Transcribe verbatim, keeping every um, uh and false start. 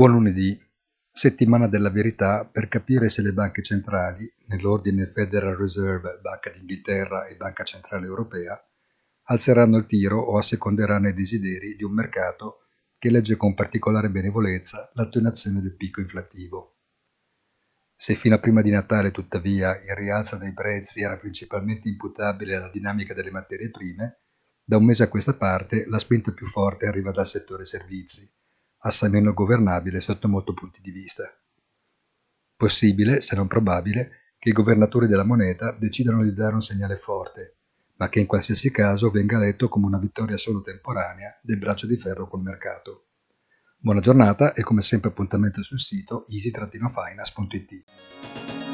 Buon lunedì, settimana della verità per capire se le banche centrali, nell'ordine Federal Reserve, Banca d'Inghilterra e Banca Centrale Europea, alzeranno il tiro o asseconderanno i desideri di un mercato che legge con particolare benevolenza l'attenuazione del picco inflattivo. Se fino a prima di Natale, tuttavia, il rialzo dei prezzi era principalmente imputabile alla dinamica delle materie prime, da un mese a questa parte la spinta più forte arriva dal settore servizi, assai meno governabile sotto molti punti di vista. Possibile, se non probabile, che i governatori della moneta decidano di dare un segnale forte, ma che in qualsiasi caso venga letto come una vittoria solo temporanea del braccio di ferro col mercato. Buona giornata e come sempre appuntamento sul sito easy-finance punto it.